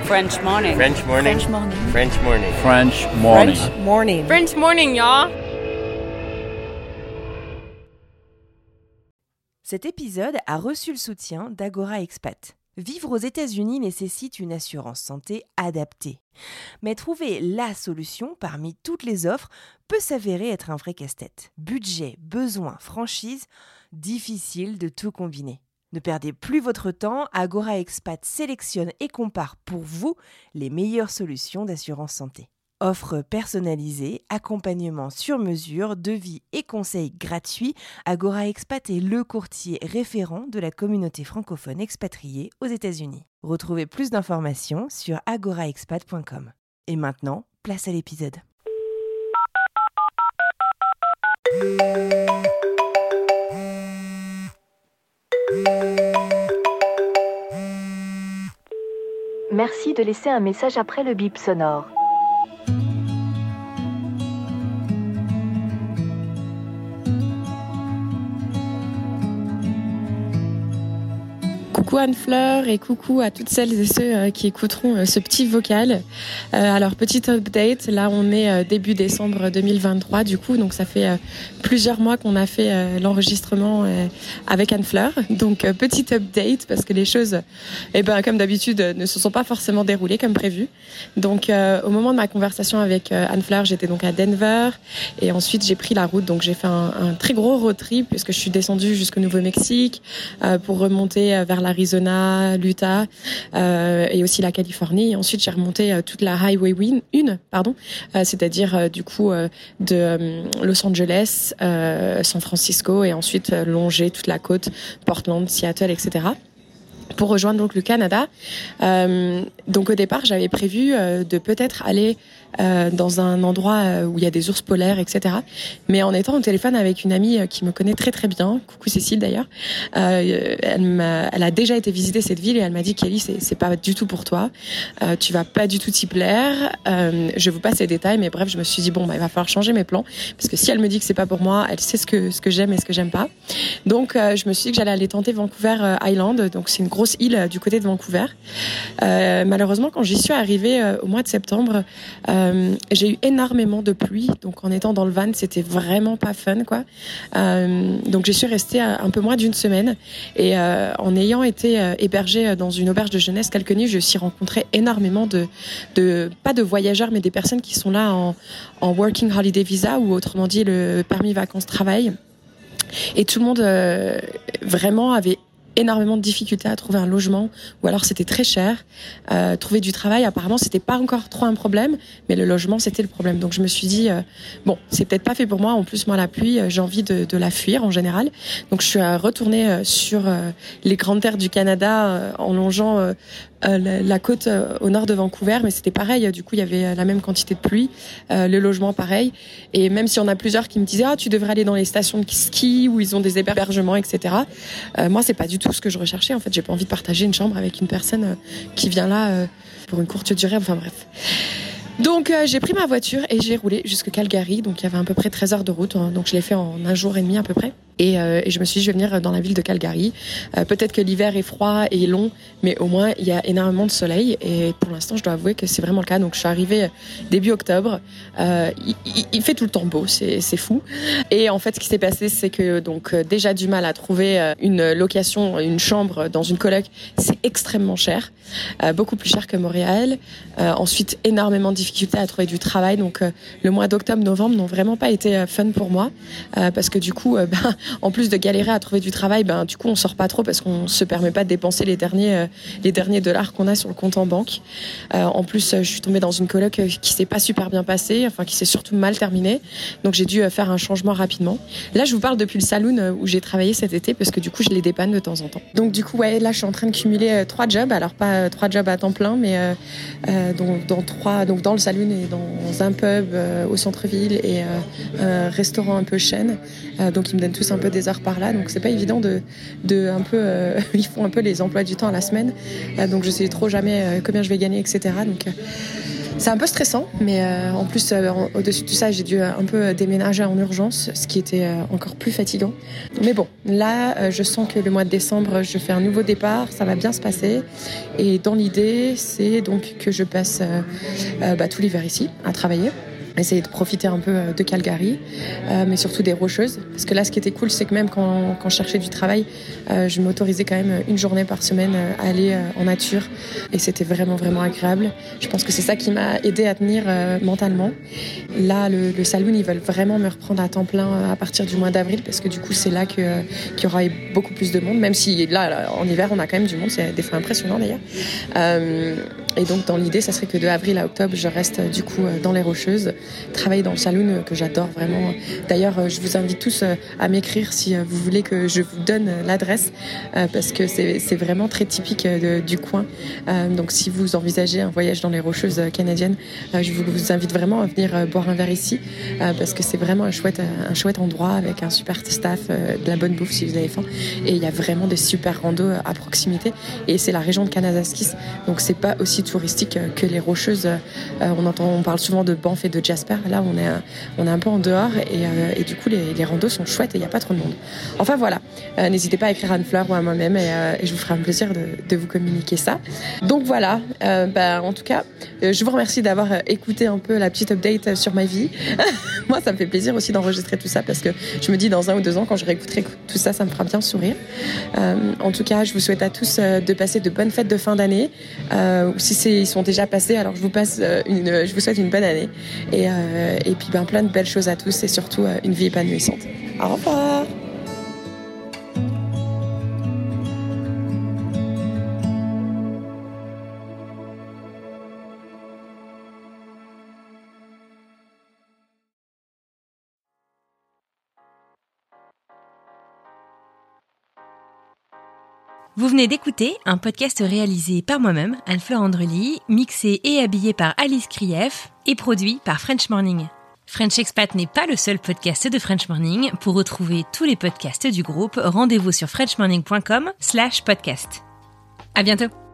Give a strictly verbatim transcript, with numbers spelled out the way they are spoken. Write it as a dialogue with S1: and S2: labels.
S1: French morning.
S2: French morning.
S1: French morning.
S2: French morning.
S3: French morning.
S4: French morning.
S5: French morning, y'all.
S4: Cet épisode a reçu le soutien d'Agora Expat. Vivre aux États-Unis nécessite une assurance santé adaptée. Mais trouver la solution parmi toutes les offres peut s'avérer être un vrai casse-tête. Budget, besoins, franchise, difficile de tout combiner. Ne perdez plus votre temps, Agora Expat sélectionne et compare pour vous les meilleures solutions d'assurance santé. Offre personnalisée, accompagnement sur mesure, devis et conseils gratuits, Agora Expat est le courtier référent de la communauté francophone expatriée aux États-Unis. Retrouvez plus d'informations sur agora expat point com. Et maintenant, place à l'épisode.
S6: Merci de laisser un message après le bip sonore.
S5: Coucou Anne-Fleur et coucou à toutes celles et ceux euh, qui écouteront euh, ce petit vocal. Euh, alors, petite update, là on est euh, début décembre deux mille vingt-trois du coup, donc ça fait euh, plusieurs mois qu'on a fait euh, l'enregistrement euh, avec Anne-Fleur. Donc, euh, petite update parce que les choses, eh ben, comme d'habitude, ne se sont pas forcément déroulées comme prévu. Donc, euh, au moment de ma conversation avec euh, Anne-Fleur, j'étais donc à Denver et ensuite j'ai pris la route. Donc, j'ai fait un, un très gros road trip puisque je suis descendue jusqu'au Nouveau-Mexique euh, pour remonter euh, vers l'Arizona, l'Utah euh, et aussi la Californie. Et ensuite, j'ai remonté euh, toute la Highway un, pardon, euh, c'est-à-dire euh, du coup euh, de euh, Los Angeles, euh, San Francisco et ensuite euh, longer toute la côte, Portland, Seattle, et cetera pour rejoindre donc le Canada. Euh, donc au départ, j'avais prévu euh, de peut-être aller euh, dans un endroit euh, où il y a des ours polaires, et cetera. Mais en étant au téléphone avec une amie euh, qui me connaît très très bien, coucou Cécile d'ailleurs, euh, elle, m'a, elle a déjà été visiter cette ville et elle m'a dit Kelly, c'est, c'est pas du tout pour toi, euh, tu vas pas du tout t'y plaire. Euh, je vous passe les détails, mais bref, je me suis dit bon, bah il va falloir changer mes plans parce que si elle me dit que c'est pas pour moi, elle sait ce que ce que j'aime et ce que j'aime pas. Donc euh, je me suis dit que j'allais aller tenter Vancouver Island, donc c'est une grosse île euh, du côté de Vancouver. Euh, malheureusement, quand j'y suis arrivée euh, au mois de septembre, euh, j'ai eu énormément de pluie. Donc, en étant dans le van, c'était vraiment pas fun, quoi. Euh, donc, j'y suis restée un peu moins d'une semaine. Et euh, en ayant été euh, hébergée dans une auberge de jeunesse quelques nuits, j'ai aussi rencontré énormément de, de, pas de voyageurs, mais des personnes qui sont là en, en working holiday visa ou autrement dit le permis vacances-travail. Et tout le monde euh, vraiment avait énormément de difficultés à trouver un logement ou alors c'était très cher. Euh, trouver du travail, apparemment, c'était pas encore trop un problème, mais le logement, c'était le problème. Donc je me suis dit, euh, bon, c'est peut-être pas fait pour moi. En plus, moi, la pluie, euh, j'ai envie de, de la fuir en général. Donc je suis euh, retournée euh, sur euh, les grandes terres du Canada euh, en longeant euh, euh, la, la côte euh, au nord de Vancouver, mais c'était pareil. Du coup, il y avait la même quantité de pluie, euh, le logement pareil. Et même si on a plusieurs qui me disaient, ah, tu devrais aller dans les stations de ski où ils ont des hébergements, et cetera. Euh, moi, c'est pas du tout ce que je recherchais. En fait, j'ai pas envie de partager une chambre avec une personne euh, qui vient là euh, pour une courte durée. Enfin bref. Donc euh, j'ai pris ma voiture et j'ai roulé jusqu'à Calgary. Donc il y avait à peu près treize heures de route. Hein, donc je l'ai fait en un jour et demi à peu près. Et, euh, et je me suis dit, je vais venir dans la ville de Calgary. Euh, peut-être que l'hiver est froid et long, mais au moins, il y a énormément de soleil. Et pour l'instant, je dois avouer que c'est vraiment le cas. Donc, je suis arrivée début octobre. Euh, il, il, il fait tout le temps beau, c'est, c'est fou. Et en fait, ce qui s'est passé, c'est que donc déjà du mal à trouver une location, une chambre dans une coloc, c'est extrêmement cher. Euh, beaucoup plus cher que Montréal. Euh, ensuite, énormément de difficultés à trouver du travail. Donc, euh, le mois d'octobre, novembre n'ont vraiment pas été fun pour moi. Euh, parce que du coup, euh, ben, en plus de galérer à trouver du travail, ben du coup on sort pas trop parce qu'on se permet pas de dépenser les derniers euh, les derniers dollars qu'on a sur le compte en banque. Euh, en plus, euh, je suis tombée dans une coloc euh, qui s'est pas super bien passée, enfin qui s'est surtout mal terminée. Donc j'ai dû euh, faire un changement rapidement. Là, je vous parle depuis le saloon euh, où j'ai travaillé cet été parce que du coup je les dépanne de temps en temps. Donc du coup ouais, là je suis en train de cumuler euh, trois jobs, alors pas euh, trois jobs à temps plein, mais euh, euh, dans, dans trois, donc dans le saloon et dans un pub euh, au centre-ville et euh, un restaurant un peu chaîne. Euh, donc ils me donnent tous un peu des heures par là, donc c'est pas évident de, de un peu, euh, ils font un peu les emplois du temps à la semaine, euh, donc je sais trop jamais euh, combien je vais gagner, et cetera. Donc euh, C'est un peu stressant, mais euh, en plus, euh, au-dessus de tout ça, j'ai dû un peu déménager en urgence, ce qui était euh, encore plus fatigant. Mais bon, là, euh, je sens que le mois de décembre, je fais un nouveau départ, ça va bien se passer. Et dans l'idée, c'est donc que je passe euh, euh, bah, tout l'hiver ici, à travailler. Essayer de profiter un peu de Calgary, euh, mais surtout des Rocheuses. Parce que là, ce qui était cool, c'est que même quand, quand je cherchais du travail, euh, je m'autorisais quand même une journée par semaine à aller euh, en nature. Et c'était vraiment, vraiment agréable. Je pense que c'est ça qui m'a aidé à tenir euh, mentalement. Là, le, le saloon, ils veulent vraiment me reprendre à temps plein à partir du mois d'avril, parce que du coup, c'est là que, euh, qu'il y aura beaucoup plus de monde. Même si là, là, en hiver, on a quand même du monde. C'est des fois impressionnant d'ailleurs. Euh, et donc, dans l'idée, ça serait que de avril à octobre, je reste du coup dans les Rocheuses, travailler dans le saloon que j'adore vraiment. D'ailleurs, je vous invite tous à m'écrire si vous voulez que je vous donne l'adresse, parce que c'est, c'est vraiment très typique de, du coin. Donc si vous envisagez un voyage dans les Rocheuses canadiennes, je vous invite vraiment à venir boire un verre ici, parce que c'est vraiment un chouette, un chouette endroit avec un super staff, de la bonne bouffe si vous avez faim. Et il y a vraiment des super randos à proximité. Et c'est la région de Kananaskis, donc c'est pas aussi touristique que les Rocheuses. On entend, on parle souvent de Banff et de Jasper. Là, on est, on est un peu en dehors et, euh, et du coup, les, les randos sont chouettes et il n'y a pas trop de monde. Enfin, voilà. Euh, n'hésitez pas à écrire à Anne-Fleur ou à moi-même et, euh, et je vous ferai un plaisir de, de vous communiquer ça. Donc, voilà. Euh, bah, en tout cas, euh, je vous remercie d'avoir écouté un peu la petite update sur ma vie. Moi, ça me fait plaisir aussi d'enregistrer tout ça parce que je me dis dans un ou deux ans, quand je réécouterai tout ça, ça me fera bien sourire. Euh, en tout cas, je vous souhaite à tous euh, de passer de bonnes fêtes de fin d'année. Euh, si c'est, ils sont déjà passés, alors je vous, passe, euh, une, je vous souhaite une bonne année. Et, euh, et puis ben, plein de belles choses à tous et surtout euh, une vie épanouissante. Au revoir.
S4: Vous venez d'écouter un podcast réalisé par moi-même, Anne-Fleur Andrely, mixé et habillé par Alice Krief et produit par French Morning. French Expat n'est pas le seul podcast de French Morning. Pour retrouver tous les podcasts du groupe, rendez-vous sur french morning point com slash podcast. À bientôt.